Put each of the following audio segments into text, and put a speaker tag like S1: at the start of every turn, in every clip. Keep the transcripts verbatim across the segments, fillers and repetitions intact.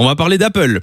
S1: On va parler d'Apple.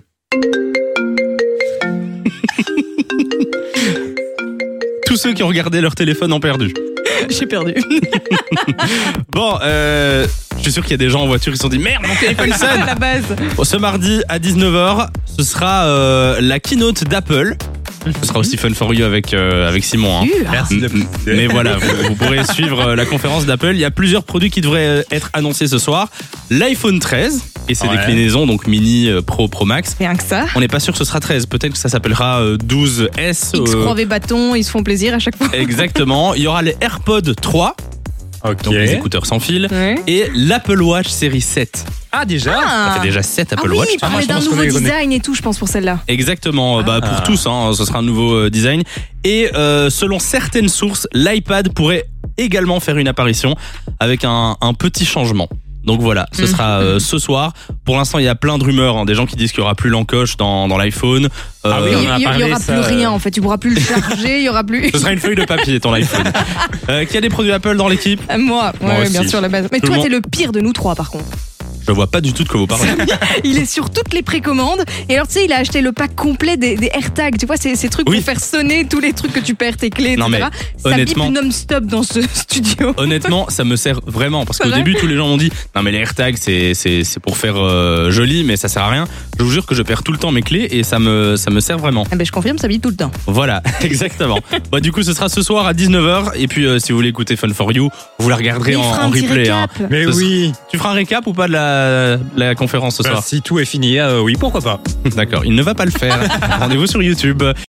S1: Tous ceux qui ont regardé leur téléphone ont perdu.
S2: J'ai perdu.
S1: Bon, euh, je suis sûr qu'il y a des gens en voiture qui se sont dit merde, mon téléphone sonne.
S2: À la base.
S1: Bon, ce mardi à dix-neuf heures, ce sera euh, la keynote d'Apple. Ce sera aussi Fun for You avec, euh, avec Simon. Hein.
S3: Merci de le
S1: M-
S3: préciser.
S1: Mais voilà, vous, vous pourrez suivre euh, la conférence d'Apple. Il y a plusieurs produits qui devraient euh, être annoncés ce soir. L'iPhone treize et ses
S3: Ouais.
S1: déclinaisons, donc mini, euh, Pro, Pro Max.
S2: Rien que ça.
S1: On n'est pas sûr que ce sera treize. Peut-être que ça s'appellera euh, douze S.
S2: X
S1: euh,
S2: croix bâton, ils se font plaisir à chaque fois.
S1: Exactement. Il y aura les AirPods trois,
S3: Ok.
S1: donc les écouteurs sans fil,
S2: Ouais.
S1: et l'Apple Watch série sept.
S3: Ah, déjà
S1: Ça fait déjà sept
S2: Ah
S1: Apple
S2: oui,
S1: Watch.
S2: il
S3: Ah, moi,
S2: parlait
S3: je
S2: d'un
S3: pense qu'on
S2: nouveau
S3: est connecté.
S2: design et tout, je pense, pour celle-là.
S1: Exactement, bah, pour
S3: Ah.
S1: tous, hein, ce sera un nouveau euh, design. Et euh, selon certaines sources, l'iPad pourrait également faire une apparition avec un, un petit changement. Donc voilà, ce
S2: Mhm.
S1: sera euh, ce soir. Pour l'instant, il y a plein de rumeurs, hein, des gens qui disent qu'il y aura plus l'encoche dans, dans l'iPhone. Euh,
S3: Ah oui,
S2: Il
S3: on
S2: y,
S3: en a
S2: il y
S3: parlé,
S2: aura
S3: ça,
S2: plus rien
S3: euh.
S2: en fait, tu pourras plus le charger, il y aura plus.
S1: Ce sera une feuille de papier, ton iPhone. Euh, qui a des produits Apple dans l'équipe?
S2: Euh, Moi,
S1: Moi
S2: ouais,
S1: aussi.
S2: bien sûr, la base. Mais
S1: Tout
S2: toi,
S1: le
S2: t'es le pire de nous trois par contre.
S1: Je vois pas du tout de quoi vous parlez.
S2: Il est sur toutes les précommandes. Et alors, tu sais, il a acheté le pack complet des, des AirTags. Tu vois, ces, ces trucs
S1: Oui.
S2: pour faire sonner tous les trucs que tu perds, tes clés,
S1: Non,
S2: et cetera. Ça
S1: honnêtement-
S2: bip non-stop dans ce studio.
S1: Honnêtement, ça me sert vraiment parce
S2: C'est
S1: qu'au
S2: vrai
S1: début, tous les gens m'ont dit non mais les AirTags c'est c'est c'est pour faire euh, joli, mais ça sert à rien. Je vous jure que je perds tout le temps mes clés et ça me ça me sert vraiment.
S2: Ah ben, je confirme, ça bip tout le temps.
S1: Voilà, exactement. Bah du coup, ce sera ce soir à dix-neuf heures et puis euh, si vous voulez écouter Fun for You, vous la regarderez
S2: Mais il
S1: en,
S2: fera
S1: en
S2: un petit
S1: replay. Hein.
S2: récap.
S3: Mais
S1: Ce
S3: oui.
S1: Tu feras un récap ou pas de la la conférence ce
S3: Bah,
S1: soir?
S3: si tout est fini, euh, oui, pourquoi pas.
S1: D'accord, il ne va pas le faire. Rendez-vous sur YouTube.